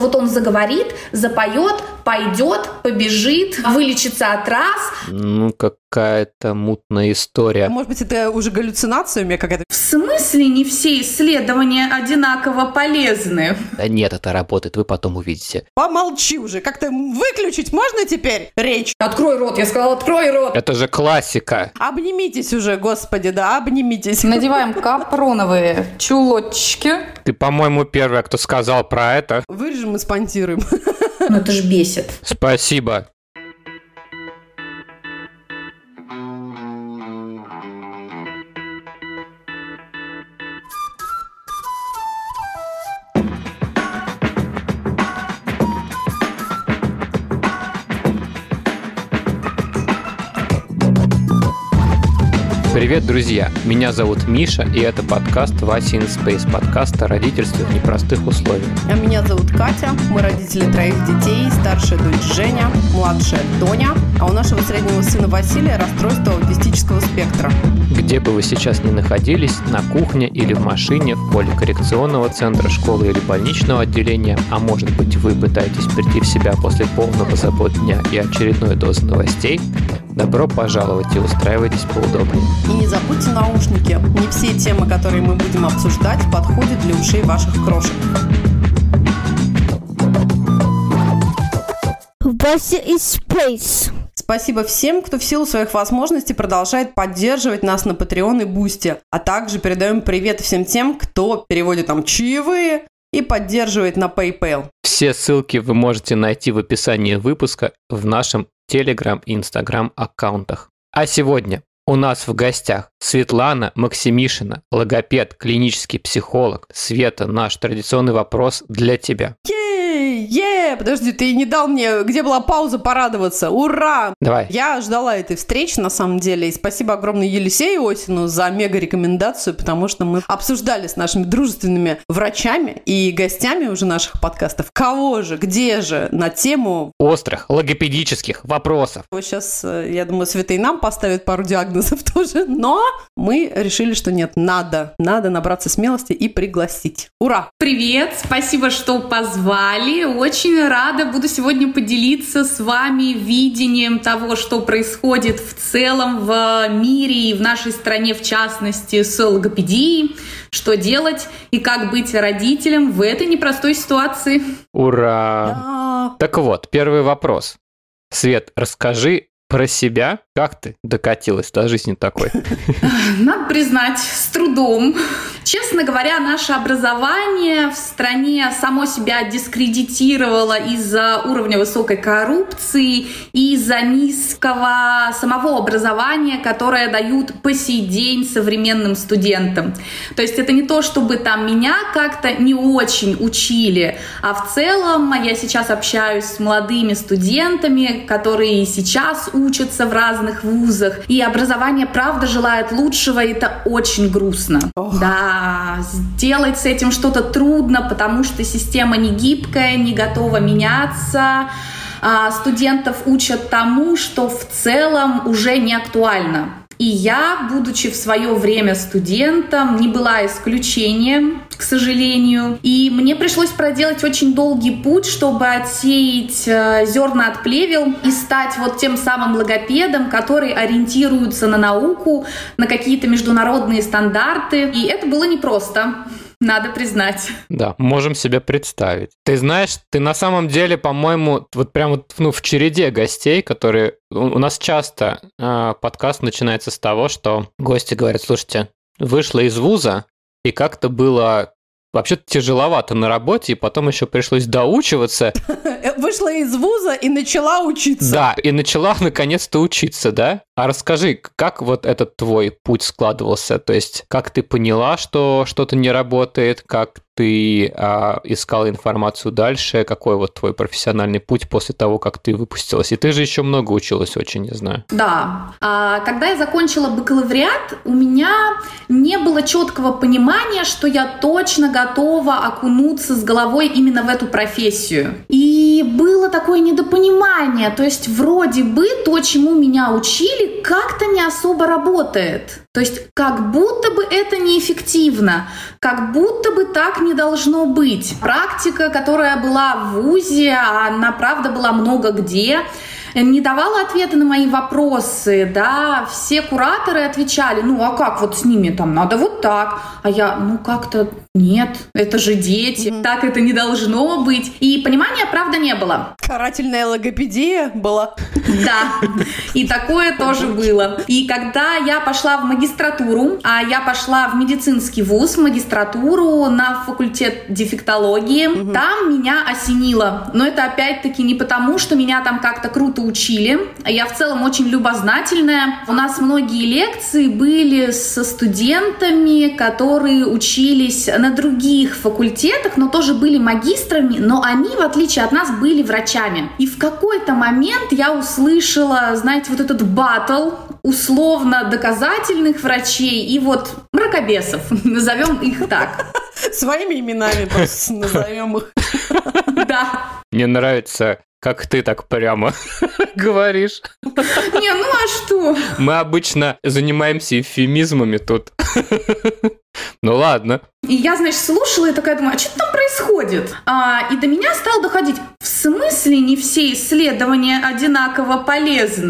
вот он заговорит, запоет, пойдет, побежит, вылечится от раз. Ну, какая-то мутная история. Может быть, это уже галлюцинация у меня какая-то? В смысле не все исследования одинаково полезны? Да нет, это работает, вы потом увидите. Помолчи уже, как-то выключить можно теперь речь? Открой рот, я сказала, открой рот. Это же классика. Обнимитесь уже, господи, да, обнимитесь. Надеваем капроновые чулочки. Ты, по-моему, первая, кто сказал про это. Вырежем и спонтируем. Ну это ж бесит. Спасибо. Привет, друзья! Меня зовут Миша, и это подкаст Вася in Space, подкаст о родительстве в непростых условиях. А меня зовут Катя, мы родители 3 детей, старшая дочь Женя, младшая Тоня, а у нашего среднего сына Василия расстройство аутистического спектра. Где бы вы сейчас ни находились, на кухне или в машине, в поле коррекционного центра, школы или больничного отделения, а может быть вы пытаетесь прийти в себя после полного забот дня и очередной дозы новостей, добро пожаловать и устраивайтесь поудобнее. И не забудьте наушники. Не все темы, которые мы будем обсуждать, подходят для ушей ваших крошек. Вася in Space. Спасибо всем, кто в силу своих возможностей продолжает поддерживать нас на Patreon и Boosty. А также передаем привет всем тем, кто переводит там чаевые и поддерживает на PayPal. Все ссылки вы можете найти в описании выпуска в нашем Telegram и Instagram аккаунтах. А сегодня у нас в гостях Светлана Максимишина, логопед, клинический психолог. Света, наш традиционный вопрос для тебя. Подожди, ты не дал мне, где была пауза, порадоваться. Ура! Давай. Я ждала этой встречи, на самом деле, и спасибо огромное Елисею Осину за мега-рекомендацию, потому что мы обсуждали с нашими дружественными врачами и гостями уже наших подкастов, кого же, где же, на тему острых логопедических вопросов. Вот сейчас, я думаю, Света и нам поставит пару диагнозов тоже, но мы решили, что нет, надо набраться смелости и пригласить. Ура! Привет, спасибо, что позвали. Очень рада буду сегодня поделиться с вами видением того, что происходит в целом в мире и в нашей стране, в частности, с логопедией, что делать и как быть родителем в этой непростой ситуации. Ура! Да. Так вот, первый вопрос. Свет, расскажи про себя, как ты докатилась до жизни такой? Надо признать, с трудом. Честно говоря, наше образование в стране само себя дискредитировало из-за уровня высокой коррупции и из-за низкого самого образования, которое дают по сей день современным студентам. То есть это не то, чтобы там меня как-то не очень учили, а в целом я сейчас общаюсь с молодыми студентами, которые сейчас учатся в разных вузах, и образование, правда, желает лучшего, и это очень грустно. Да, сделать с этим что-то трудно, потому что система не гибкая, не готова меняться. Студентов учат тому, что в целом уже не актуально. И я, будучи в свое время студентом, не была исключением, к сожалению. И мне пришлось проделать очень долгий путь, чтобы отсеять зерна от плевел и стать вот тем самым логопедом, который ориентируется на науку, на какие-то международные стандарты. И это было непросто. Надо признать. Да, можем себе представить. Ты знаешь, ты на самом деле, по-моему, вот прям в череде гостей, которые... У нас часто подкаст начинается с того, что гости говорят: слушайте, вышла из вуза, и как-то было вообще-то тяжеловато на работе, и потом еще пришлось доучиваться. Вышла из вуза и начала учиться. Да, и начала наконец-то учиться, да? А расскажи, как вот этот твой путь складывался? То есть, как ты поняла, что что-то не работает, как ты искала информацию дальше, какой вот твой профессиональный путь после того, как ты выпустилась? И ты же еще много училась очень, я знаю. Да. Когда я закончила бакалавриат, у меня не было четкого понимания, что я точно готова окунуться с головой именно в эту профессию. И И было такое недопонимание, то есть вроде бы то, чему меня учили, как-то не особо работает. То есть как будто бы это неэффективно, как будто бы так не должно быть. Практика, которая была в вузе, она правда была много где, не давала ответа на мои вопросы, да, все кураторы отвечали, ну а как вот с ними там надо вот так, а я, ну как-то нет, это же дети, так это не должно быть, и понимания правда не было. Карательная логопедия была. Да, и такое тоже было. И когда я пошла в магистратуру, а я пошла в медицинский вуз, в магистратуру на факультет дефектологии, там меня осенило. Но это опять-таки не потому, что меня там как-то круто учили. Я в целом очень любознательная. У нас многие лекции были со студентами, которые учились на других факультетах, но тоже были магистрами, но они, в отличие от нас, были врачами. И в какой-то момент я услышала, знаете, вот этот баттл условно-доказательных врачей и вот мракобесов, назовем их так. Своими именами просто назовем их. Да. Мне нравится, как ты так прямо говоришь. Не, ну а что? Мы обычно занимаемся эвфемизмами тут. Ну ладно. И я, значит, слушала и такая думаю, а что там происходит? И до меня стало доходить, в смысле не все исследования одинаково полезны?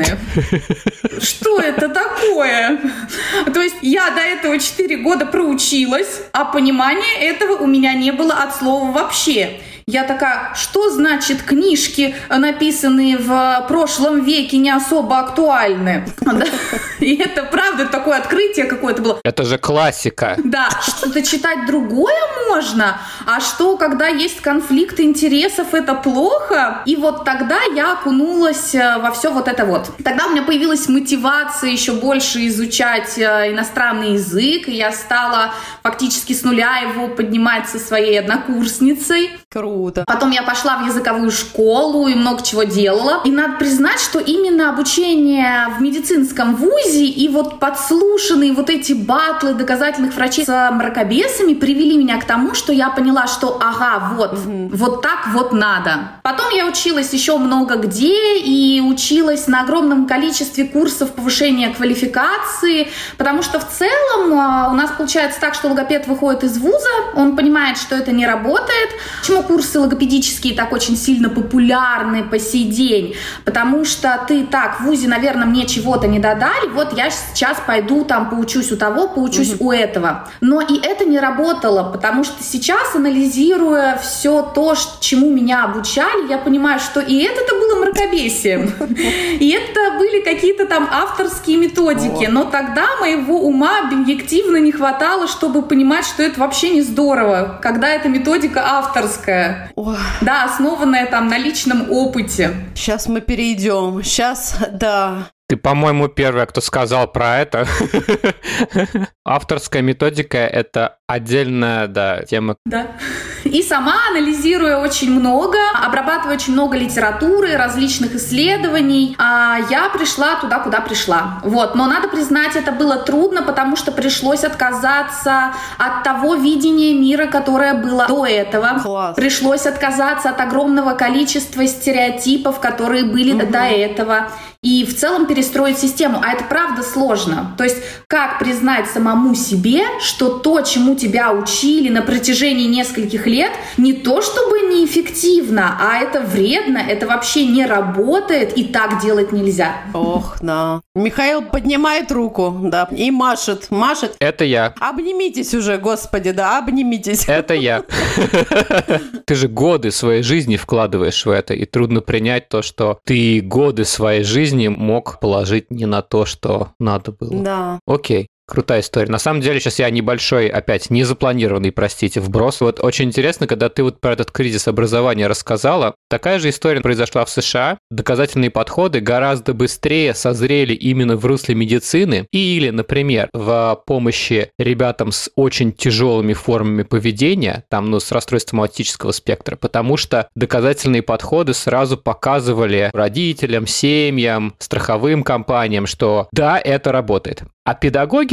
Что это такое? То есть я до этого 4 года проучилась, а понимания этого у меня не было от слова вообще. Я такая, что значит книжки, написанные в прошлом веке, не особо актуальны? И это правда такое открытие какое-то было. Это же классика. Да, что-то читать другое можно, а что, когда есть конфликт интересов, это плохо? И вот тогда я окунулась во все вот это вот. Тогда у меня появилась мотивация еще больше изучать иностранный язык, и я стала фактически с нуля его поднимать со своей однокурсницей. Круто. Потом я пошла в языковую школу и много чего делала. И надо признать, что именно обучение в медицинском вузе и вот подслушанные вот эти баттлы доказательных врачей с мракобесами привели меня к тому, что я поняла, что ага, вот так вот надо. Потом я училась еще много где и училась на огромном количестве курсов повышения квалификации, потому что в целом у нас получается так, что логопед выходит из вуза, он понимает, что это не работает. Почему курсы логопедические так очень сильно популярны по сей день? Потому что ты так, в вузе, наверное, мне чего-то не додали, вот я сейчас пойду там поучусь у того, поучусь у этого. Но и это не работало, потому что сейчас, анализируя все то, чему меня обучали, я понимаю, что и это-то было мракобесием, и это были какие-то там авторские методики, но тогда моего ума объективно не хватало, чтобы понимать, что это вообще не здорово, когда эта методика авторская, да, основанная там на личном опыте. Сейчас мы перейдем, да. Ты, по-моему, первая, кто сказал про это. Авторская методика – это отдельная, да, тема. Да. И сама, анализируя очень много, обрабатывая очень много литературы, различных исследований, я пришла туда, куда пришла. Вот. Но надо признать, это было трудно, потому что пришлось отказаться от того видения мира, которое было до этого. Класс. Пришлось отказаться от огромного количества стереотипов, которые были до этого. И в целом перестроить систему. А это правда сложно. То есть как признать самому себе, что то, чему тебя учили на протяжении нескольких лет, не то чтобы неэффективно, а это вредно, это вообще не работает, и так делать нельзя. Ох, да. Михаил поднимает руку, да, и машет. Это я. Обнимитесь уже, господи, да, обнимитесь. Это я. Ты же годы своей жизни вкладываешь в это, и трудно принять то, что ты годы своей жизни мог положить не на то, что надо было. Да. Окей. Крутая история. На самом деле, сейчас я небольшой, опять, незапланированный, простите, вброс. Вот очень интересно, когда ты вот про этот кризис образования рассказала. Такая же история произошла в США. Доказательные подходы гораздо быстрее созрели именно в русле медицины. Или, например, в помощи ребятам с очень тяжелыми формами поведения, там, с расстройством аутического спектра, потому что доказательные подходы сразу показывали родителям, семьям, страховым компаниям, что да, это работает. А педагогика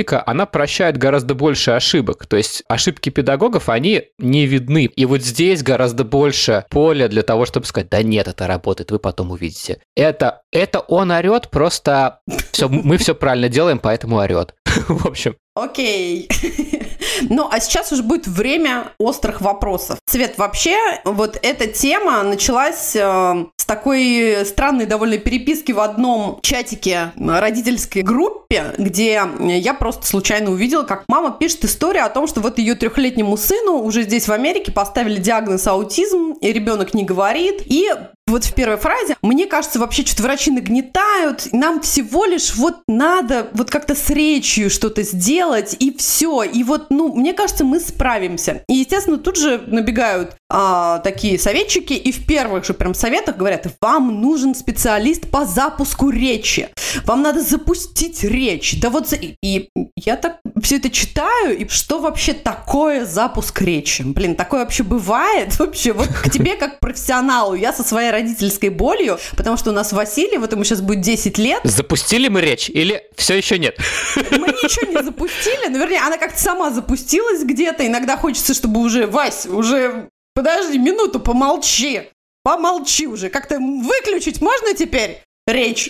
педагогика, она прощает гораздо больше ошибок. То есть ошибки педагогов, они не видны. И вот здесь гораздо больше поля для того, чтобы сказать, да нет, это работает, вы потом увидите. Это он орет, просто мы все правильно делаем, поэтому орет. В общем. Окей. Ну, а сейчас уже будет время острых вопросов. Свет, вообще, вот эта тема началась с такой странной довольно переписки в одном чатике родительской группе, где я просто случайно увидела, как мама пишет историю о том, что вот ее 3-летнему сыну уже здесь в Америке поставили диагноз аутизм, и ребенок не говорит. И вот в первой фразе, мне кажется, вообще что-то врачи нагнетают, нам всего лишь вот надо вот как-то с речью что-то сделать, и все. И вот, мне кажется, мы справимся. И, естественно, тут же набегают такие советчики, и в первых же прям советах говорят, вам нужен специалист по запуску речи. Вам надо запустить речь. Да вот, и я так все это читаю, и что вообще такое запуск речи? Блин, такое вообще бывает? Вообще, вот к тебе как профессионалу, я со своей родительской болью, потому что у нас Василий, вот ему сейчас будет 10 лет. Запустили мы речь или все еще нет? Мы ничего не запустили, но, вернее, она как-то сама запустилась где-то. Иногда хочется, чтобы уже, Вась, уже подожди минуту, помолчи уже. Как-то выключить можно теперь речь?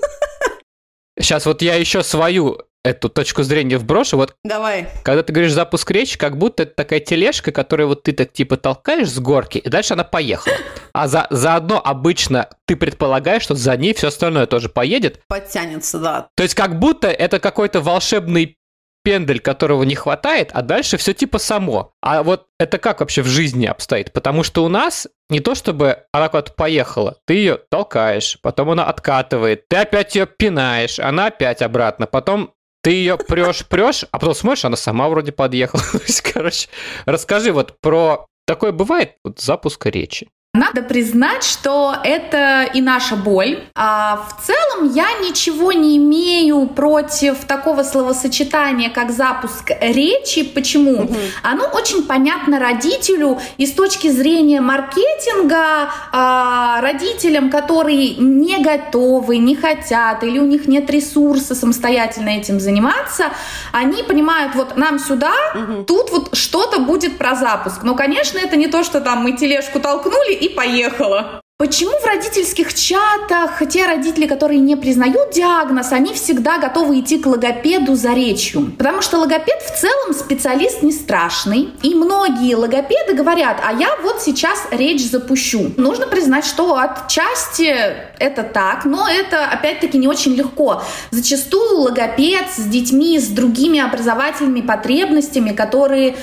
Сейчас вот я еще свою эту точку зрения вброшу. Вот давай. Когда ты говоришь запуск речи, как будто это такая тележка, которую вот ты так типа толкаешь с горки, и дальше она поехала. А заодно обычно ты предполагаешь, что за ней все остальное тоже поедет. Подтянется, да. То есть как будто это какой-то волшебный пендель, которого не хватает, а дальше все типа само. А вот это как вообще в жизни обстоит? Потому что у нас не то чтобы она куда-то поехала, ты ее толкаешь, потом она откатывает, ты опять ее пинаешь, она опять обратно, потом ты ее прешь, а потом смотришь, она сама вроде подъехала. То есть, короче, расскажи вот про... Такое бывает, вот запуск речи. Надо признать, что это и наша боль. А в целом я ничего не имею против такого словосочетания, как запуск речи. Почему? Оно очень понятно родителю и с точки зрения маркетинга родителям, которые не готовы, не хотят или у них нет ресурса самостоятельно этим заниматься, они понимают, вот нам сюда, тут вот что-то будет про запуск. Но, конечно, это не то, что там мы тележку толкнули и поехала. Почему в родительских чатах те родители, которые не признают диагноз, они всегда готовы идти к логопеду за речью? Потому что логопед в целом специалист не страшный. И многие логопеды говорят, а я вот сейчас речь запущу. Нужно признать, что отчасти это так, но это опять-таки не очень легко. Зачастую логопед с детьми с другими образовательными потребностями, которые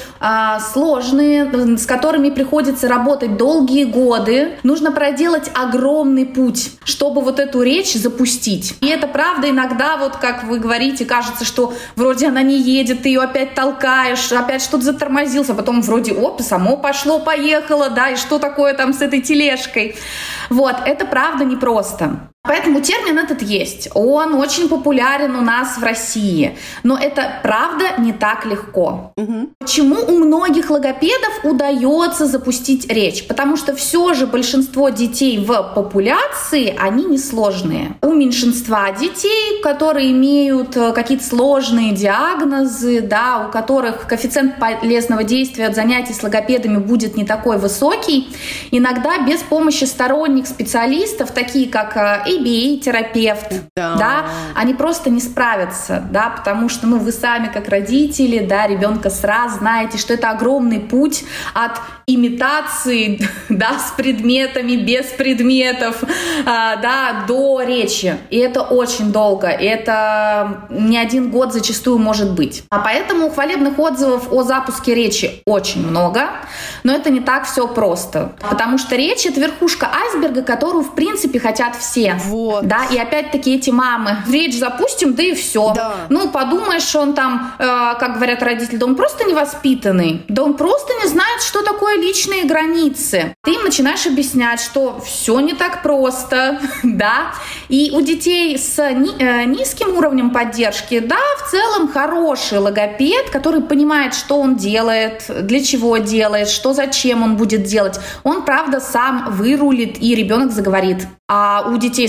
сложные, с которыми приходится работать долгие годы, нужно проделать огромный путь, чтобы вот эту речь запустить. И это правда иногда, вот как вы говорите, кажется, что вроде она не едет, ты ее опять толкаешь, опять что-то затормозился, потом вроде само пошло-поехало, да, и что такое там с этой тележкой. Вот, это правда непросто. Поэтому термин этот есть, он очень популярен у нас в России, но это правда не так легко. Почему у многих логопедов удается запустить речь? Потому что все же большинство детей в популяции, они несложные. У меньшинства детей, которые имеют какие-то сложные диагнозы, да, у которых коэффициент полезного действия от занятий с логопедами будет не такой высокий, иногда без помощи сторонних специалистов, такие как ABA-терапевт, да, они просто не справятся, да, потому что, вы сами как родители, да, ребенка сразу знаете, что это огромный путь от имитации, да, с предметами, без предметов, да, до речи. И это очень долго, и это не 1 год зачастую может быть. А поэтому хвалебных отзывов о запуске речи очень много, но это не так все просто, потому что речь — это верхушка айсберга, которую, в принципе, хотят все. Вот. Да, и опять-таки эти мамы, речь запустим, да и все. Да. Подумаешь, он там, как говорят родители, да он просто невоспитанный, да он просто не знает, что такое личные границы. Ты им начинаешь объяснять, что все не так просто, да, и у детей с низким уровнем поддержки, да, в целом хороший логопед, который понимает, что он делает, для чего делает, что зачем он будет делать, он, правда, сам вырулит, и ребенок заговорит. А у детей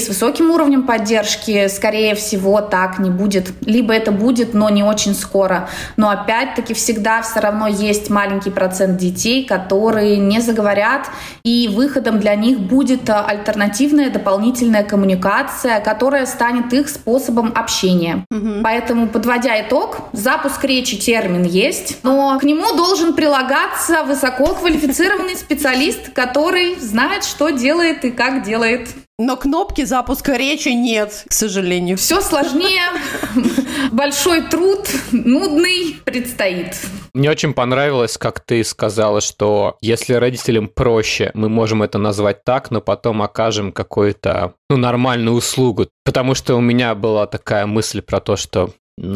с высоким уровнем поддержки, скорее всего, так не будет. Либо это будет, но не очень скоро. Но опять-таки всегда все равно есть маленький процент детей, которые не заговорят, и выходом для них будет альтернативная дополнительная коммуникация, которая станет их способом общения. Поэтому, подводя итог, запуск речи термин есть, но к нему должен прилагаться высококвалифицированный специалист, который знает, что делает и как делает. Но кнопки запуска речи нет, к сожалению. Все сложнее, большой труд, нудный предстоит. Мне очень понравилось, как ты сказала, что если родителям проще, мы можем это назвать так, но потом окажем какую-то нормальную услугу. Потому что у меня была такая мысль про то, что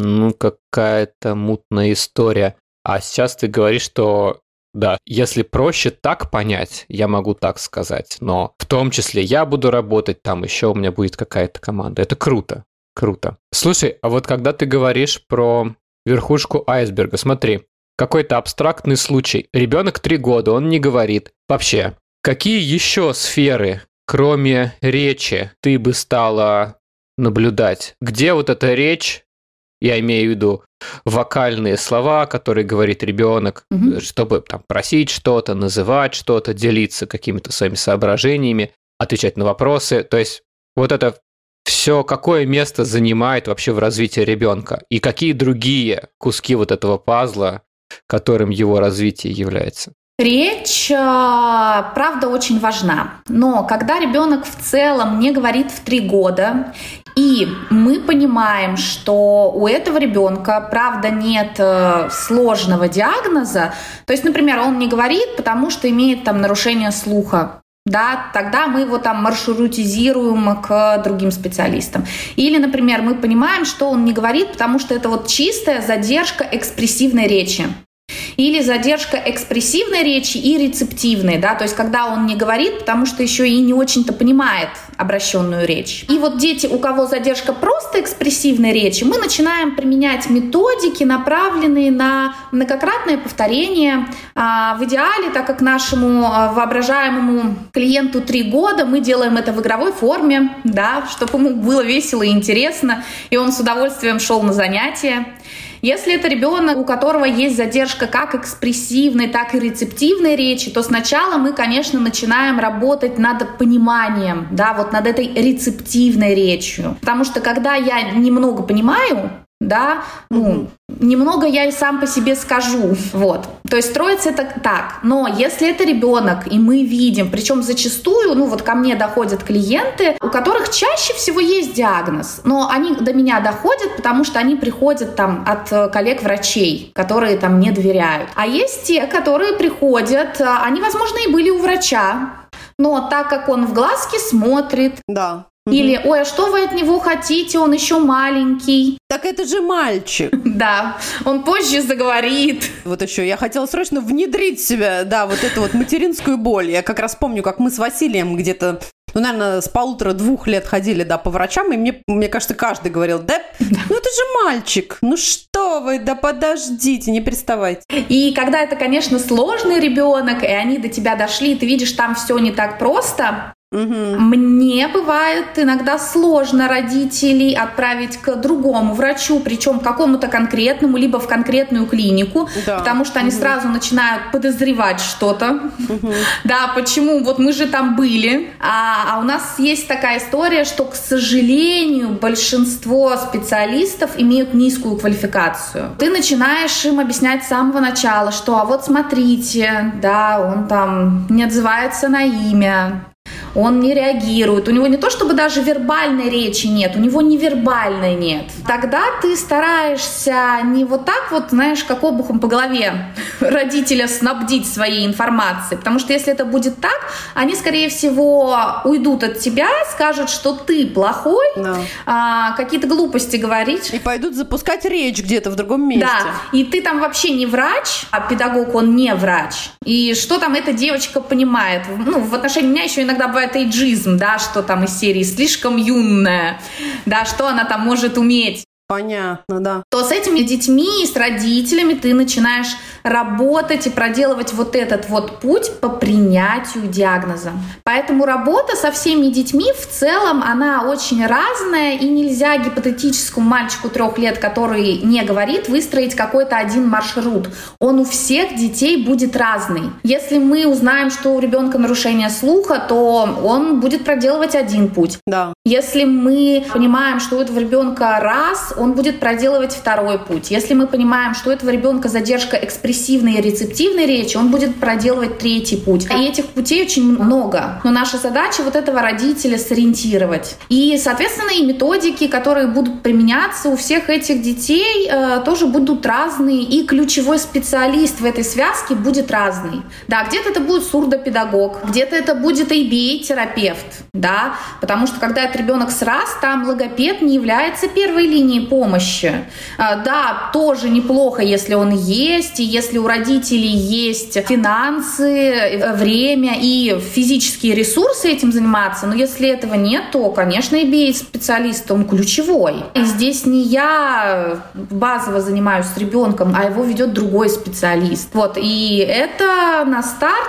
какая-то мутная история. А сейчас ты говоришь, что да, если проще так понять, я могу так сказать, но в том числе я буду работать, там еще у меня будет какая-то команда. Это круто, круто. Слушай, а вот когда ты говоришь про верхушку айсберга, смотри, какой-то абстрактный случай. Ребенок 3 года, он не говорит. Вообще, какие еще сферы, кроме речи, ты бы стала наблюдать? Где вот эта речь, я имею в виду вокальные слова, которые говорит ребенок, чтобы там просить что-то, называть что-то, делиться какими-то своими соображениями, отвечать на вопросы. То есть вот это все, какое место занимает вообще в развитии ребенка и какие другие куски вот этого пазла, которым его развитие является? Речь, правда, очень важна. Но когда ребенок в целом не говорит в 3 года, и мы понимаем, что у этого ребенка, правда, нет сложного диагноза, то есть, например, он не говорит, потому что имеет там нарушение слуха, да, тогда мы его там маршрутизируем к другим специалистам. Или, например, мы понимаем, что он не говорит, потому что это вот чистая задержка экспрессивной речи. Или задержка экспрессивной речи и рецептивной, да, то есть когда он не говорит, потому что еще и не очень-то понимает обращенную речь. И вот дети, у кого задержка просто экспрессивной речи, мы начинаем применять методики, направленные на многократное повторение. В идеале, так как нашему воображаемому клиенту 3 года, мы делаем это в игровой форме, да, чтобы ему было весело и интересно, и он с удовольствием шел на занятия. Если это ребенок, у которого есть задержка как экспрессивной, так и рецептивной речи, то сначала мы, конечно, начинаем работать над пониманием, да, вот над этой рецептивной речью. Потому что когда я немного понимаю, да, немного я и сам по себе скажу, вот. То есть строится это так. Но если это ребенок, и мы видим, причем зачастую, вот ко мне доходят клиенты, у которых чаще всего есть диагноз, но они до меня доходят, потому что они приходят там от коллег-врачей, которые там не доверяют. А есть те, которые приходят, они, возможно, и были у врача, но так как он в глазки смотрит, да. Или, ой, а что вы от него хотите, он еще маленький. Так это же мальчик. Да, он позже заговорит. Вот еще я хотела срочно внедрить в себя, да, вот эту вот материнскую боль. Я как раз помню, как мы с Василием где-то, наверное, с 1,5-2 лет ходили, да, по врачам, и мне кажется, каждый говорил, да, это же мальчик, что вы, да подождите, не приставайте. И когда это, конечно, сложный ребенок, и они до тебя дошли, и ты видишь, там все не так просто. Мне бывает иногда сложно родителей отправить к другому врачу, причем к какому-то конкретному, либо в конкретную клинику, да. Потому что они сразу начинают подозревать что-то. Да, почему? Вот мы же там были. А у нас есть такая история, что, к сожалению, большинство специалистов имеют низкую квалификацию. Ты начинаешь им объяснять с самого начала, что а вот смотрите, да, он там не отзывается на имя, он не реагирует, у него не то чтобы даже вербальной речи нет, у него невербальной нет. Тогда ты стараешься не вот так вот, знаешь, как обухом по голове родителя снабдить своей информацией, потому что если это будет так, они, скорее всего, уйдут от тебя, скажут, что ты плохой, какие-то глупости говоришь. И пойдут запускать речь где-то в другом месте. Да, и ты там вообще не врач, а педагог, он не врач. И что там эта девочка понимает? В отношении меня еще иногда бывает эйджизм, да, что там из серии слишком юная, да, что она там может уметь. Понятно, да. То с этими детьми и с родителями ты начинаешь работать и проделывать вот этот вот путь по принятию диагноза. Поэтому работа со всеми детьми в целом, она очень разная, и нельзя гипотетическому мальчику 3 лет, который не говорит, выстроить какой-то один маршрут. Он у всех детей будет разный. Если мы узнаем, что у ребенка нарушение слуха, то он будет проделывать один путь. Да. Если мы понимаем, что у этого ребенка раз, он будет проделывать второй путь. Если мы понимаем, что у этого ребенка задержка экспрессивной и рецептивной речи, он будет проделывать третий путь. И этих путей очень много. Но наша задача вот этого родителя сориентировать. И, соответственно, и методики, которые будут применяться у всех этих детей, тоже будут разные. И ключевой специалист в этой связке будет разный. Да, где-то это будет сурдопедагог, где-то это будет ABA-терапевт, да, потому что когда этот ребенок с раз, там логопед не является первой линией помощи. Да, тоже неплохо, если он есть, и если у родителей есть финансы, время и физические ресурсы этим заниматься, но если этого нет, то, конечно, ABA-специалист, он ключевой. И здесь не я базово занимаюсь с ребенком, а его ведет другой специалист. Вот, и это на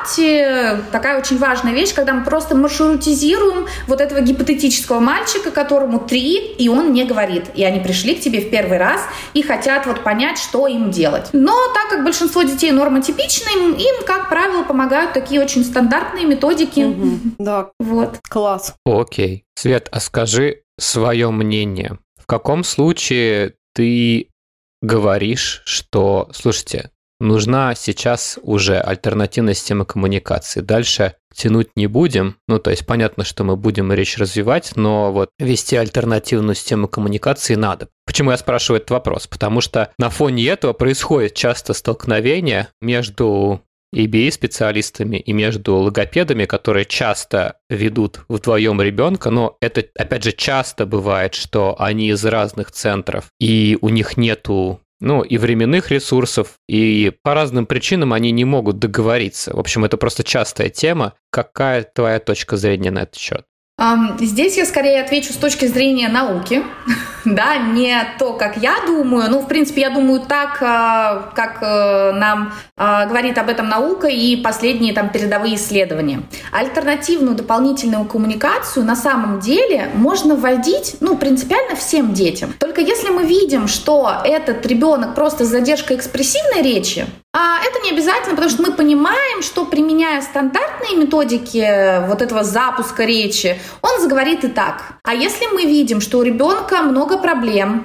старте такая очень важная вещь, когда мы просто маршрутизируем вот этого гипотетического мальчика, которому 3, и он не говорит. И они пришли к тебе в первый раз и хотят вот понять, что им делать. Но так как большинство детей нормотипичны, им, как правило, помогают такие очень стандартные методики. Да. Вот. Класс. Окей. Свет, а скажи свое мнение. В каком случае ты говоришь, что, слушайте, нужна сейчас уже альтернативная система коммуникации. Дальше тянуть не будем. Ну, то есть понятно, что мы будем речь развивать, но вот вести альтернативную систему коммуникации надо. Почему я спрашиваю этот вопрос? Потому что на фоне этого происходит часто столкновение между ABA-специалистами и между логопедами, которые часто ведут вдвоем ребенка, но это, опять же, часто бывает, что они из разных центров, и у них нету и временных ресурсов, и по разным причинам они не могут договориться. В общем, это просто частая тема. Какая твоя точка зрения на этот счет? Здесь я скорее отвечу с точки зрения науки, да, не то, как я думаю. В принципе, я думаю так, как нам говорит об этом наука и последние передовые исследования. Альтернативную дополнительную коммуникацию на самом деле можно вводить, принципиально всем детям. Только если мы видим, что этот ребенок просто с задержкой экспрессивной речи, это не обязательно, потому что мы понимаем, что, применяя стандартные методики вот этого запуска речи, он заговорит и так. А если мы видим, что у ребенка много проблем,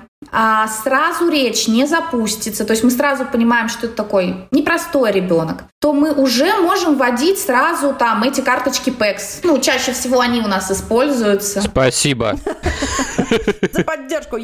сразу речь не запустится, то есть мы сразу понимаем, что это такой непростой ребенок, то мы уже можем вводить сразу эти карточки PECS. Чаще всего они у нас используются. Спасибо. За поддержку.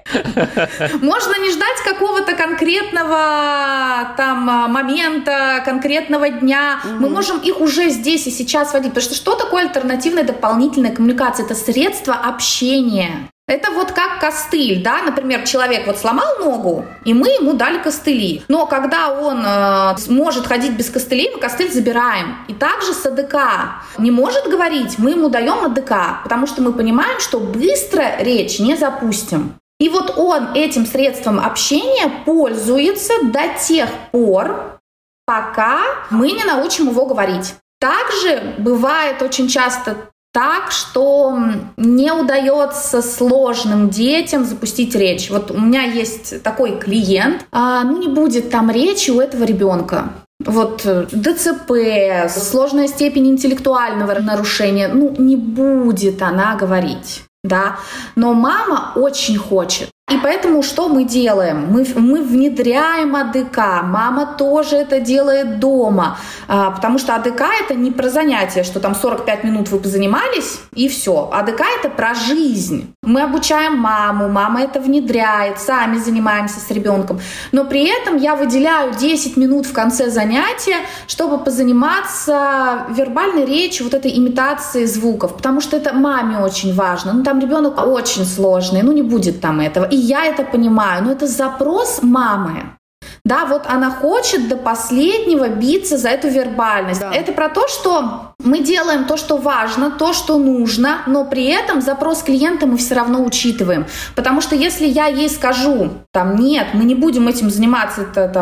Можно не ждать какого-то конкретного момента, конкретного дня. Мы можем их уже здесь и сейчас вводить. Потому что такое альтернативная дополнительная коммуникация? Это средство общения. Это вот как костыль, да, например, человек сломал ногу, и мы ему дали костыли. Но когда он может ходить без костылей, мы костыль забираем. И также с АДК. Не может говорить, мы ему даем АДК, потому что мы понимаем, что быстро речь не запустим. И вот он этим средством общения пользуется до тех пор, пока мы не научим его говорить. Также бывает очень часто так, что не удается сложным детям запустить речь. Вот у меня есть такой клиент, не будет там речи у этого ребенка. Вот ДЦП, сложная степень интеллектуального нарушения, не будет она говорить, да. Но мама очень хочет. И поэтому что мы делаем? Мы внедряем АДК, мама тоже это делает дома, потому что АДК это не про занятие, что 45 минут вы позанимались и все. АДК это про жизнь. Мы обучаем маму, мама это внедряет, сами занимаемся с ребенком, но при этом я выделяю 10 минут в конце занятия, чтобы позаниматься вербальной речью, вот этой имитацией звуков, потому что это маме очень важно. Там ребенок очень сложный, не будет там этого. И я это понимаю, но это запрос мамы. Да, вот она хочет до последнего биться за эту вербальность. Да. Это про то, что мы делаем то, что важно, то, что нужно, но при этом запрос клиента мы все равно учитываем. Потому что если я ей скажу, нет, мы не будем этим заниматься,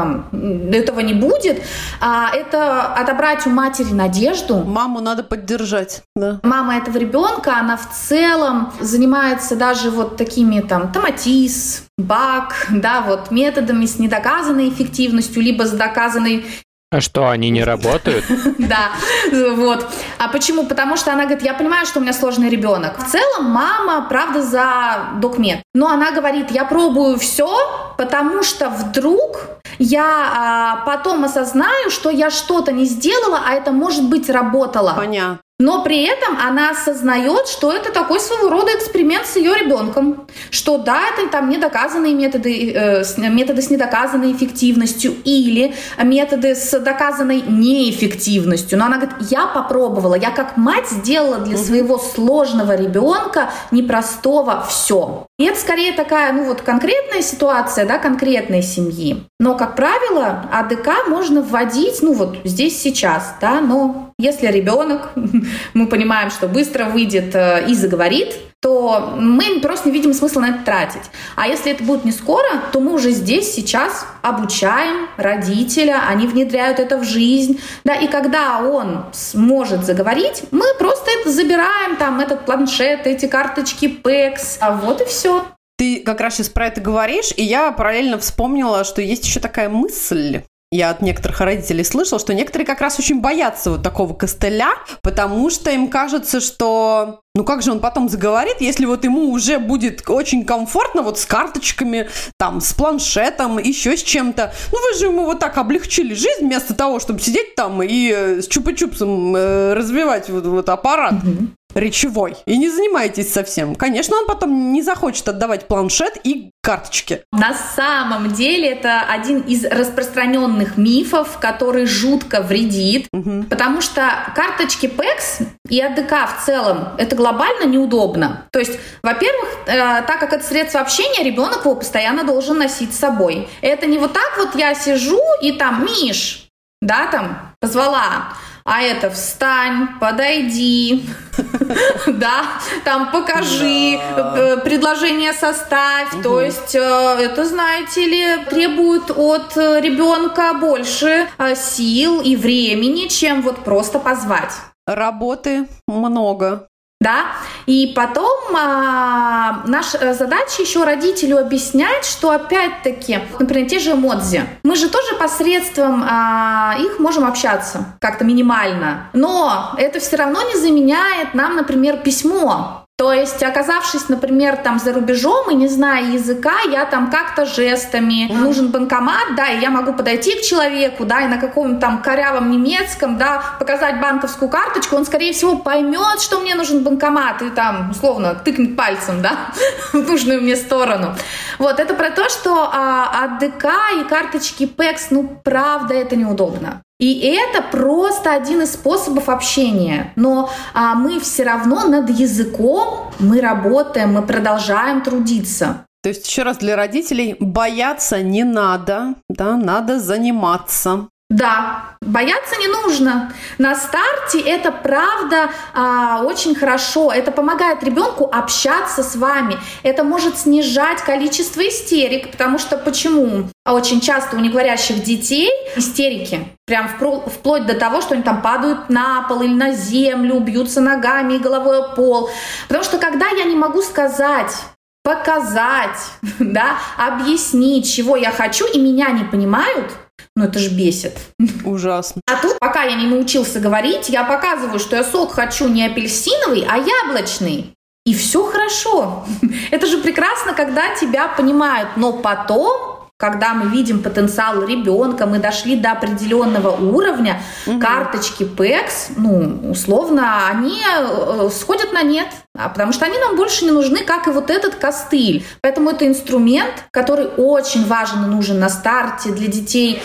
этого не будет, это отобрать у матери надежду. Маму надо поддержать. Да. Мама этого ребенка, она в целом занимается даже вот такими томатиз, бак, методами с недоказанной эффективностью, либо с доказанной. А что, они не работают? Да, вот. А почему? Потому что она говорит, я понимаю, что у меня сложный ребенок. В целом мама, правда, за докмед. Но она говорит, я пробую все, потому что вдруг я потом осознаю, что я что-то не сделала, а это, может быть, работало. Понятно. Но при этом она осознает, что это такой своего рода эксперимент с ее ребенком. Что да, это недоказанные методы с недоказанной эффективностью или методы с доказанной неэффективностью. Но она говорит, я попробовала, я как мать сделала для своего сложного ребенка непростого все. И это скорее такая, конкретная ситуация, конкретной семьи. Но, как правило, АДК можно вводить, здесь, сейчас, но если ребенок, мы понимаем, что быстро выйдет и заговорит, то мы просто не видим смысла на это тратить. А если это будет не скоро, то мы уже здесь, сейчас обучаем родителя, они внедряют это в жизнь. Да, и когда он сможет заговорить, мы просто это забираем, этот планшет, эти карточки PECS, вот и все. Ты как раз сейчас про это говоришь, и я параллельно вспомнила, что есть еще такая мысль. Я от некоторых родителей слышала, что некоторые как раз очень боятся вот такого костыля, потому что им кажется, что как же он потом заговорит, если ему уже будет очень комфортно с карточками, с планшетом, еще с чем-то. Вы же ему так облегчили жизнь, вместо того, чтобы сидеть и с чупа-чупсом развивать аппарат. Речевой. И не занимаетесь совсем. Конечно, он потом не захочет отдавать планшет и карточки. На самом деле это один из распространенных мифов, который жутко вредит, потому что карточки PECS и АДК в целом это глобально неудобно. То есть, во-первых, так как это средство общения, ребенок его постоянно должен носить с собой. Это не так я сижу и Миш, позвала. А это встань, подойди, покажи, предложение составь. То есть это, знаете ли, требует от ребенка больше сил и времени, чем просто позвать. Работы много. Да, и потом наша задача еще родителю объяснять, что опять-таки, например, те же эмодзи, мы же тоже посредством их можем общаться как-то минимально, но это все равно не заменяет нам, например, письмо. То есть, оказавшись, например, за рубежом и не зная языка, я как-то жестами, нужен банкомат, и я могу подойти к человеку, и на каком-то корявом немецком, показать банковскую карточку, он, скорее всего, поймет, что мне нужен банкомат, и условно, тыкнет пальцем, в нужную мне сторону. Вот, это про то, что АДК и карточки PECS, правда, это неудобно. И это просто один из способов общения. Но мы все равно над языком, мы работаем, мы продолжаем трудиться. То есть, еще раз, для родителей бояться не надо, надо заниматься. Да, бояться не нужно. На старте это правда очень хорошо. Это помогает ребенку общаться с вами. Это может снижать количество истерик, потому что почему? Очень часто у неговорящих детей истерики. Прям вплоть до того, что они падают на пол или на землю, бьются ногами и головой о пол. Потому что когда я не могу сказать, показать, объяснить, чего я хочу, и меня не понимают, это ж бесит. Ужасно. А тут, пока я не научился говорить, я показываю, что я сок хочу не апельсиновый, а яблочный. И все хорошо. Это же прекрасно, когда тебя понимают. Но потом, когда мы видим потенциал ребенка, мы дошли до определенного уровня, карточки PECS, условно, они сходят на нет. Потому что они нам больше не нужны, как и этот костыль. Поэтому это инструмент, который очень важен и нужен на старте для детей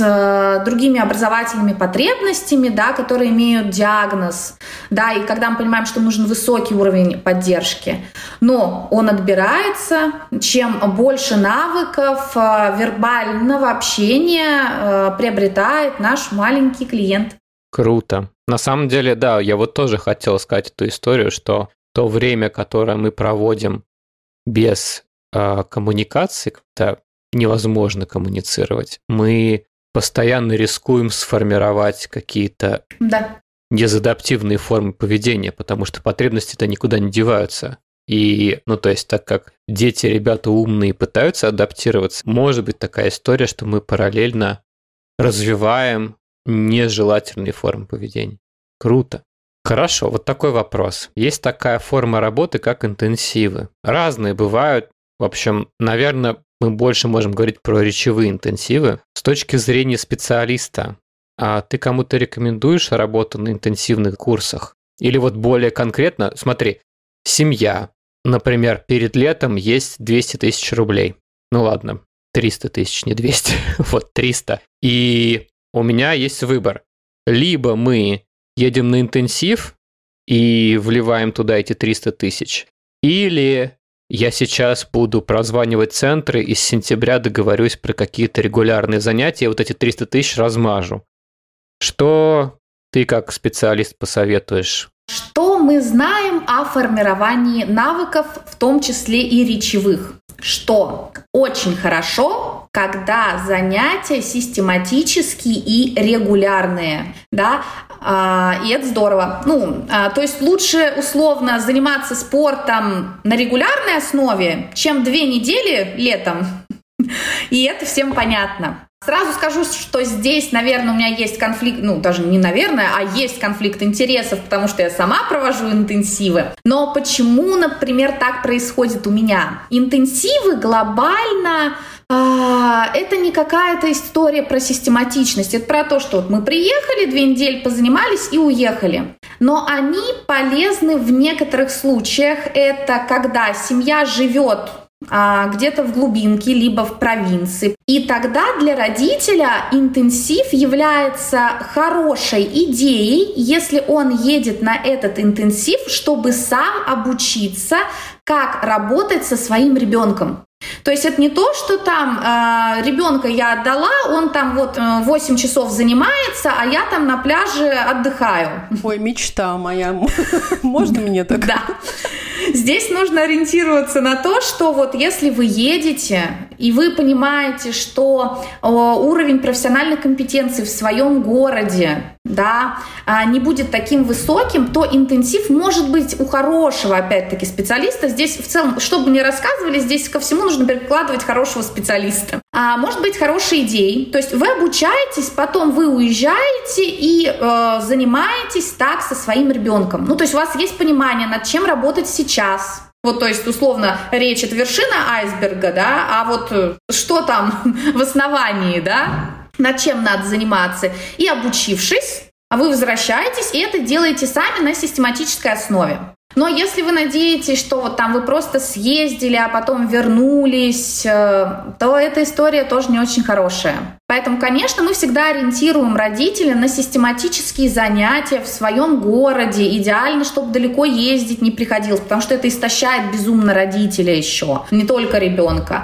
с другими образовательными потребностями, которые имеют диагноз. И когда мы понимаем, что нужен высокий уровень поддержки. Но он отбирается, чем больше навыков вербального общения приобретает наш маленький клиент. Круто. На самом деле, да, я вот тоже хотел сказать эту историю, что то время, которое мы проводим без коммуникации, когда невозможно коммуницировать, мы постоянно рискуем сформировать какие-то дезадаптивные формы поведения, потому что потребности-то никуда не деваются. И, то есть, так как дети, ребята умные пытаются адаптироваться, может быть такая история, что мы параллельно развиваем нежелательные формы поведения. Круто. Хорошо, вот такой вопрос. Есть такая форма работы, как интенсивы. Разные бывают. В общем, наверное, мы больше можем говорить про речевые интенсивы. С точки зрения специалиста, а ты кому-то рекомендуешь работу на интенсивных курсах? Или вот более конкретно, смотри, семья, например, перед летом есть 200 тысяч рублей. Ну ладно, 300 тысяч, не 200, вот 300. И у меня есть выбор. Либо мы едем на интенсив и вливаем туда эти 300 тысяч, или я сейчас буду прозванивать центры и с сентября договорюсь про какие-то регулярные занятия, и вот эти 300 тысяч размажу. Что ты как специалист посоветуешь? Что мы знаем о формировании навыков, в том числе и речевых? Что очень хорошо, когда занятия систематические и регулярные, да, и это здорово. То есть лучше условно заниматься спортом на регулярной основе, чем 2 недели летом, и это всем понятно. Сразу скажу, что здесь, наверное, у меня есть конфликт, даже не наверное, а есть конфликт интересов, потому что я сама провожу интенсивы. Но почему, например, так происходит у меня? Интенсивы глобально это не какая-то история про систематичность. Это про то, что вот мы приехали, 2 недели позанимались и уехали. Но они полезны в некоторых случаях. Это когда семья живет где-то в глубинке, либо в провинции. И тогда для родителя интенсив является хорошей идеей, если он едет на этот интенсив, чтобы сам обучиться, как работать со своим ребенком. То есть это не то, что там ребенка я отдала, он там 8 часов занимается, а я там на пляже отдыхаю. Ой, мечта моя. Можно мне так? Да. Здесь нужно ориентироваться на то, что вот если вы едете, и вы понимаете, что уровень профессиональной компетенции в своем городе, не будет таким высоким, то интенсив может быть у хорошего, опять-таки, специалиста. Здесь в целом, что бы ни рассказывали, здесь ко всему нужно прикладывать хорошего специалиста. Может быть хорошей идеей. То есть вы обучаетесь, потом вы уезжаете и занимаетесь так со своим ребенком. То есть у вас есть понимание, над чем работать сейчас. То есть, условно, речь — это вершина айсберга, а вот что там в основании, над чем надо заниматься. И обучившись, вы возвращаетесь, и это делаете сами на систематической основе. Но если вы надеетесь, что вы просто съездили, а потом вернулись, то эта история тоже не очень хорошая. Поэтому, конечно, мы всегда ориентируем родителей на систематические занятия в своем городе. Идеально, чтобы далеко ездить не приходилось, потому что это истощает безумно родителя еще, не только ребенка.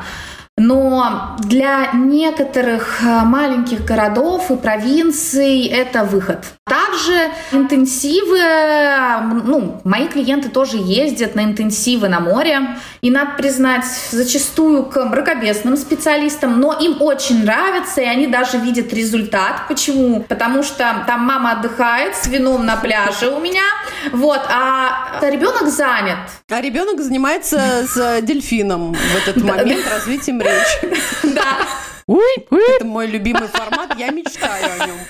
Но для некоторых маленьких городов и провинций это выход. Также интенсивы, мои клиенты тоже ездят на интенсивы на море. И надо признать, зачастую к мракобесным специалистам, но им очень нравится, и они даже видят результат. Почему? Потому что там мама отдыхает с вином на пляже у меня, а ребенок занят. А ребенок занимается с дельфином в этот момент развитием речи. Да. Это мой любимый формат, я мечтаю о нем.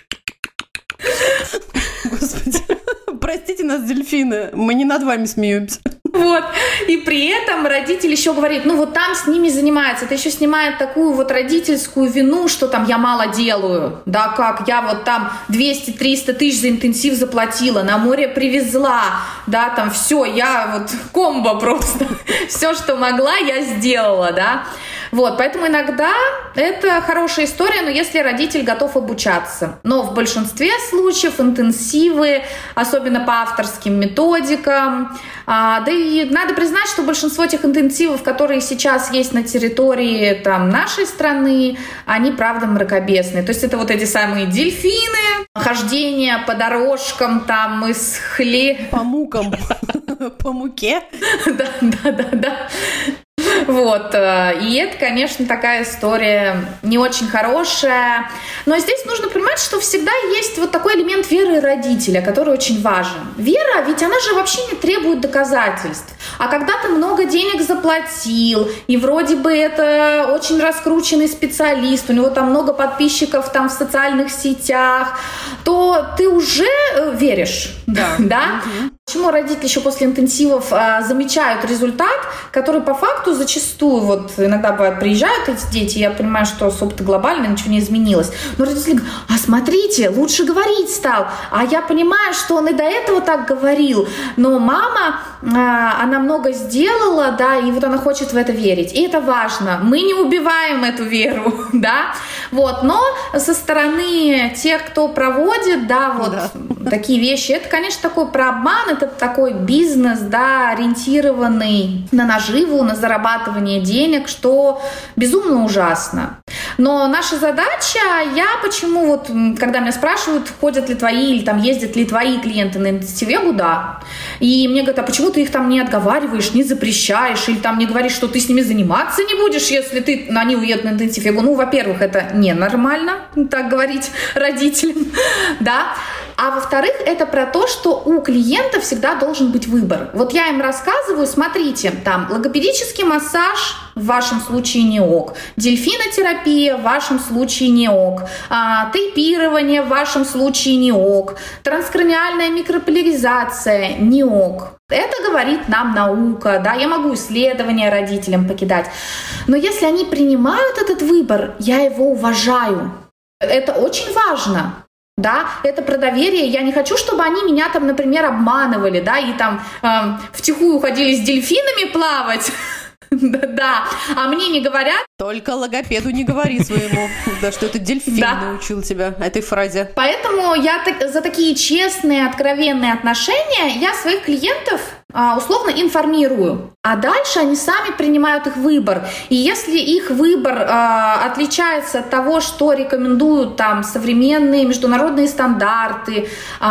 Господи, простите нас, дельфины, мы не над вами смеемся. И при этом родитель еще говорит, там с ними занимается. Это еще снимает такую родительскую вину, что там я мало делаю. Я там 200-300 тысяч за интенсив заплатила, на море привезла. Все, я комбо просто. Все, что могла, я сделала, Вот, поэтому иногда это хорошая история, но если родитель готов обучаться. Но в большинстве случаев интенсивы, особенно по авторским методикам, да и надо признать, что большинство тех интенсивов, которые сейчас есть на территории там, нашей страны, они, правда, мракобесные. То есть это вот эти самые дельфины, хождение по дорожкам там из По мукам, по муке. Да. Вот, и это, конечно, такая история не очень хорошая. Но здесь нужно понимать, что всегда есть вот такой элемент веры родителя, который очень важен. Вера, ведь она же вообще не требует доказательств. А когда ты много денег заплатил, и вроде бы это очень раскрученный специалист, у него там много подписчиков там в социальных сетях, то ты уже веришь. Да? Угу. Почему родители еще после интенсивов замечают результат, который по факту зачастую, вот иногда бывает, приезжают эти дети, я понимаю, что особо-то глобально ничего не изменилось, но родители говорят: а смотрите, лучше говорить стал, а я понимаю, что он и до этого так говорил, но мама, она много сделала, да, и вот она хочет в это верить, и это важно, мы не убиваем эту веру, да, вот, но со стороны тех, кто проводит, да, вот такие вещи, это, конечно, такой про обман, это такой бизнес, да, ориентированный на наживу, на зарабатывание денег, что безумно ужасно. Но наша задача, почему вот, когда меня спрашивают, ходят ли твои или там ездят ли твои клиенты на интенсивегу, да. И мне говорят: а почему ты их там не отговариваешь, не запрещаешь, или там не говоришь, что ты с ними заниматься не будешь, если они уедут на интенсивегу? Ну, во-первых, это ненормально, так говорить родителям, да. А во-вторых, это про то, что у клиента всегда должен быть выбор. Вот я им рассказываю: смотрите, там логопедический массаж в вашем случае не ок, дельфинотерапия в вашем случае не ок, тейпирование в вашем случае не ок, транскраниальная микрополяризация не ок. Это говорит нам наука, да, я могу исследования родителям покидать. Но если они принимают этот выбор, я его уважаю. Это очень важно. Да, это про доверие. Я не хочу, чтобы они меня там, например, обманывали, да, и там втихую ходили с дельфинами плавать. Да, а мне не говорят. Только логопеду не говори своему, да, что это дельфин научил тебя этой фразе. Поэтому я за такие честные, откровенные отношения я своих клиентов условно информирую, а дальше они сами принимают их выбор. И если их выбор отличается от того, что рекомендуют там современные международные стандарты,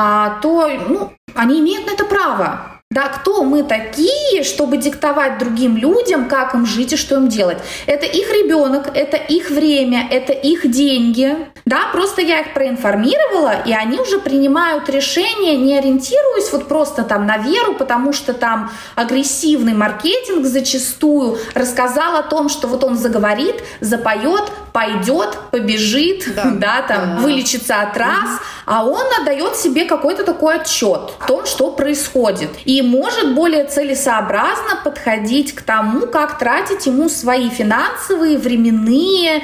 то они имеют на это право. Да, кто мы такие, чтобы диктовать другим людям, как им жить и что им делать? Это их ребенок, это их время, это их деньги. Да, просто я их проинформировала, и они уже принимают решения, не ориентируясь вот просто там на веру, потому что там агрессивный маркетинг зачастую рассказал о том, что вот он заговорит, запоет, пойдет, побежит, вылечится от раз, а он отдает себе какой-то такой отчет о том, что происходит. И может более целесообразно подходить к тому, как тратить ему свои финансовые, временные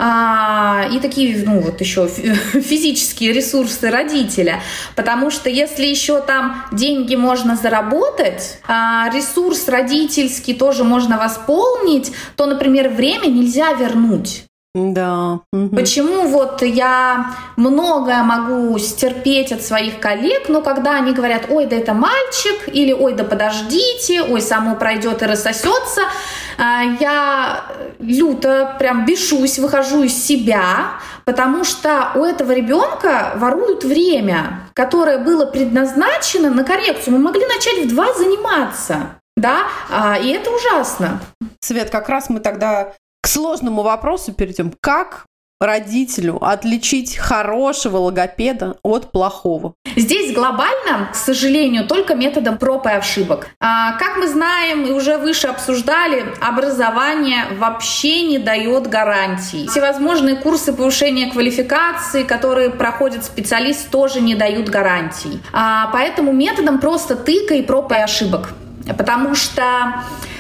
и такие, еще физические ресурсы родителя. Потому что если еще там деньги можно заработать, ресурс родительский тоже можно восполнить, то, например, время нельзя вернуть. Да. Угу. Почему вот я многое могу стерпеть от своих коллег, но когда они говорят: ой, да это мальчик, или ой, да подождите, ой, само пройдет и рассосется, я люто прям бешусь, выхожу из себя, потому что у этого ребенка воруют время, которое было предназначено на коррекцию. Мы могли начать в 2 заниматься, да, и это ужасно. Свет, как раз мы тогда к сложному вопросу перейдем. Как родителю отличить хорошего логопеда от плохого? Здесь глобально, к сожалению, только методом проб и ошибок. Как мы знаем и уже выше обсуждали, образование вообще не дает гарантий. Всевозможные курсы повышения квалификации, которые проходит специалист, тоже не дают гарантий. Поэтому методом просто тыка и проб и ошибок. Потому что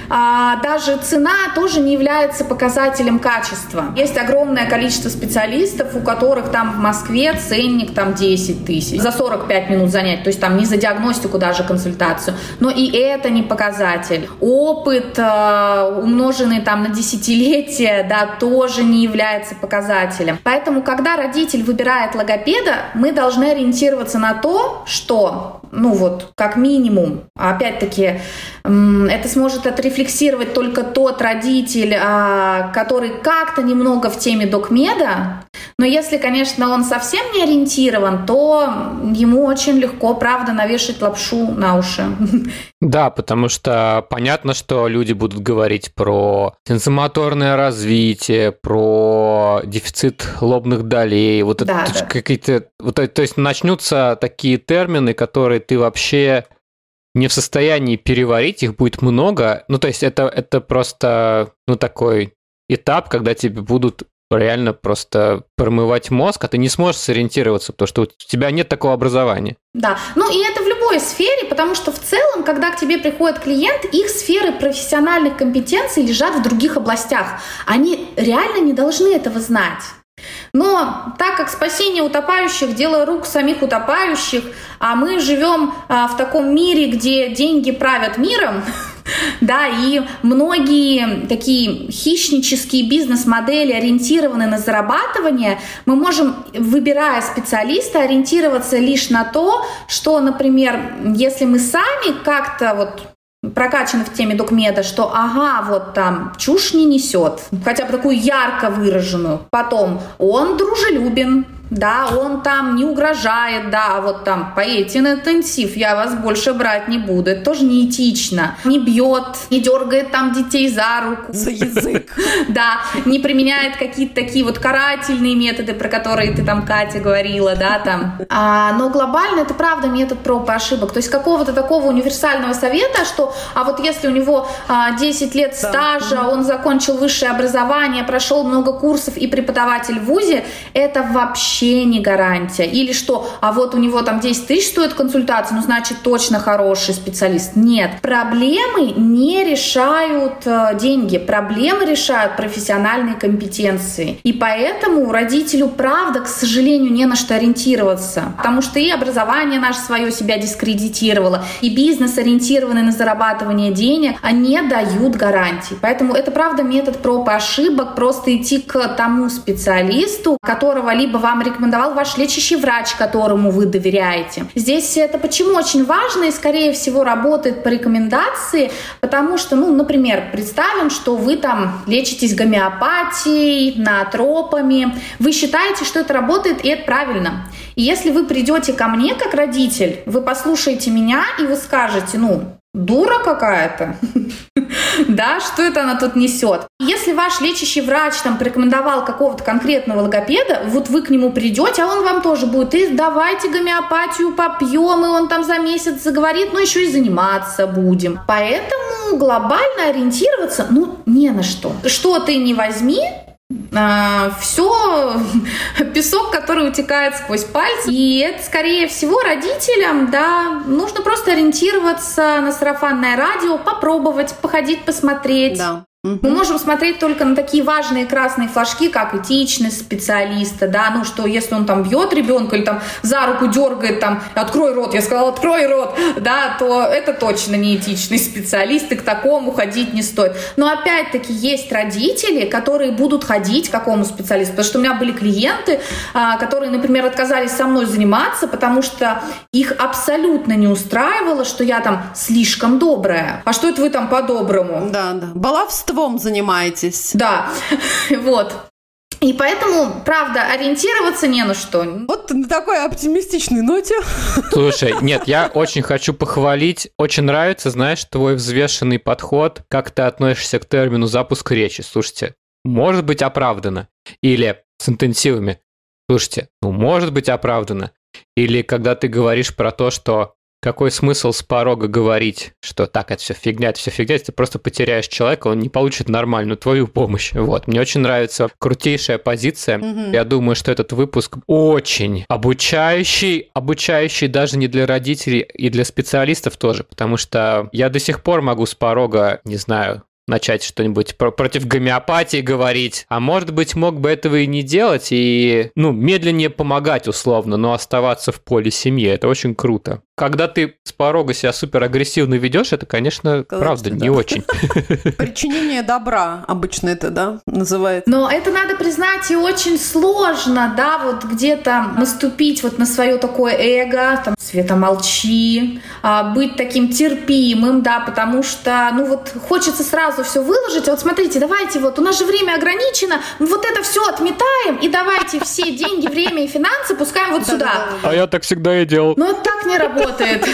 даже цена тоже не является показателем качества. Есть огромное количество специалистов, у которых там в Москве ценник там 10 тысяч за 45 минут занятий, то есть там не за диагностику даже консультацию, но и это не показатель. Опыт, умноженный там на десятилетия, да, тоже не является показателем. Поэтому, когда родитель выбирает логопеда, мы должны ориентироваться на то, что, как минимум, опять-таки, это сможет отрефлексировать только тот родитель, который как-то немного в теме докмеда, но если, конечно, он совсем не ориентирован, то ему очень легко, правда, навешать лапшу на уши. Да, потому что понятно, что люди будут говорить про сенсомоторное развитие, про дефицит лобных долей, какие-то, то есть начнутся такие термины, которые ты вообще не в состоянии переварить, их будет много. То есть это просто, такой этап, когда тебе будут реально просто промывать мозг, а ты не сможешь сориентироваться, потому что у тебя нет такого образования. Да, и это в любой сфере, потому что в целом, когда к тебе приходит клиент, их сферы профессиональных компетенций лежат в других областях. Они реально не должны этого знать. Но так как спасение утопающих – дело рук самих утопающих, а мы живем в таком мире, где деньги правят миром, да, и многие такие хищнические бизнес-модели ориентированы на зарабатывание, мы можем, выбирая специалиста, ориентироваться лишь на то, что, например, если мы сами как-то прокачаны в теме докмеда, что там чушь не несет, хотя бы такую ярко выраженную. Потом он дружелюбен, да, он там не угрожает, да, поедете на интенсив, я вас больше брать не буду. Это тоже неэтично. Не бьет, не дергает там детей за руку. За язык. Да, не применяет какие-то такие карательные методы, про которые ты там, Катя, говорила, да, там. Но глобально это правда метод проб и ошибок. То есть какого-то такого универсального совета, что, если у него 10 лет стажа, он закончил высшее образование, прошел много курсов и преподаватель в вузе, это вообще не гарантия. Или что, у него там 10 тысяч стоит консультация, значит точно хороший специалист. Нет. Проблемы не решают деньги. Проблемы решают профессиональные компетенции. И поэтому родителю, правда, к сожалению, не на что ориентироваться. Потому что и образование наше свое себя дискредитировало, и бизнес, ориентированный на зарабатывание денег, они дают гарантии. Поэтому это, правда, метод проб и ошибок. Просто идти к тому специалисту, которого либо вам рекомендовал ваш лечащий врач, которому вы доверяете. Здесь это почему очень важно и, скорее всего, работает по рекомендации, потому что, например, представим, что вы там лечитесь гомеопатией, ноотропами, вы считаете, что это работает, и это правильно. И если вы придете ко мне как родитель, вы послушаете меня, и вы скажете, дура какая-то, да, что это она тут несет. Если ваш лечащий врач там порекомендовал какого-то конкретного логопеда, вы к нему придете, а он вам тоже будет, и давайте гомеопатию попьем, и он там за месяц заговорит, еще и заниматься будем. Поэтому глобально ориентироваться, не на что. Что ты не возьми, все песок, который утекает сквозь пальцы. И это, скорее всего, родителям, да, нужно просто ориентироваться на сарафанное радио, попробовать, походить, посмотреть. Да. Мы можем смотреть только на такие важные красные флажки, как этичность специалиста, да, что если он там бьет ребенка или там за руку дергает, там, открой рот, я сказала, открой рот, да, то это точно не этичный специалист, и к такому ходить не стоит. Но опять-таки есть родители, которые будут ходить к какому специалисту, потому что у меня были клиенты, которые, например, отказались со мной заниматься, потому что их абсолютно не устраивало, что я там слишком добрая. А что это вы там по-доброму? Да. Баловство занимаетесь. Да, И поэтому, правда, ориентироваться не на что. На такой оптимистичной ноте. Слушай, нет, я очень хочу похвалить. Очень нравится, знаешь, твой взвешенный подход, как ты относишься к термину запуск речи. Слушайте, может быть оправдано. Или с интенсивами. Слушайте, может быть оправдано. Или когда ты говоришь про то, что какой смысл с порога говорить, что так, это все фигня, если ты просто потеряешь человека, он не получит нормальную твою помощь. Вот. Мне очень нравится крутейшая позиция. Я думаю, что этот выпуск очень обучающий даже не для родителей, и для специалистов тоже, потому что я до сих пор могу с порога, не знаю, начать что-нибудь против гомеопатии говорить, а может быть, мог бы этого и не делать, и, медленнее помогать условно, но оставаться в поле семьи. Это очень круто. Когда ты с порога себя супер агрессивно ведешь, это, конечно, правда, не очень. Причинение добра обычно это, да, называется. Но это, надо признать, и очень сложно, да, вот где-то наступить вот на свое такое эго, там, Света, молчи, быть таким терпимым, да, потому что, хочется сразу все выложить. Вот смотрите, давайте вот, у нас же время ограничено, вот это все отметаем, и давайте все деньги, время и финансы пускаем вот сюда. А я так всегда и делал. Но так не работает.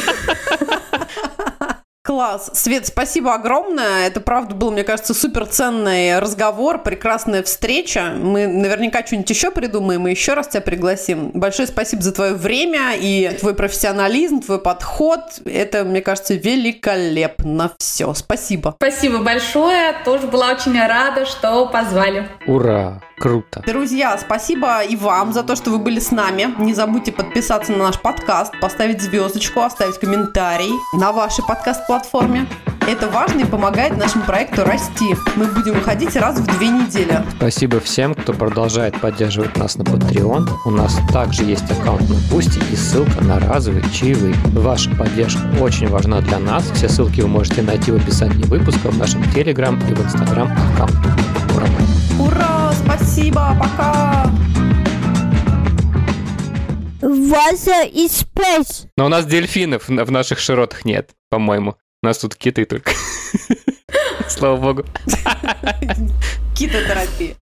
Класс. Свет, спасибо огромное. Это, правда, был, мне кажется, суперценный разговор, прекрасная встреча. Мы наверняка что-нибудь еще придумаем и еще раз тебя пригласим. Большое спасибо за твое время и твой профессионализм, твой подход. Это, мне кажется, великолепно все. Спасибо. Спасибо большое. Тоже была очень рада, что позвали. Ура! Круто. Друзья, спасибо и вам за то, что вы были с нами. Не забудьте подписаться на наш подкаст, поставить звездочку, оставить комментарий на вашей подкаст-платформе. Это важно и помогает нашему проекту расти. Мы будем выходить раз в 2 недели. Спасибо всем, кто продолжает поддерживать нас на Patreon. У нас также есть аккаунт на Boosty и ссылка на разовые чаевые. Ваша поддержка очень важна для нас. Все ссылки вы можете найти в описании выпуска, в нашем Telegram и в Instagram аккаунте. Ура! Ура! Спасибо! Пока! Water is space. Но у нас дельфинов в наших широтах нет, по-моему. У нас тут киты только. Слава богу. Китотерапия.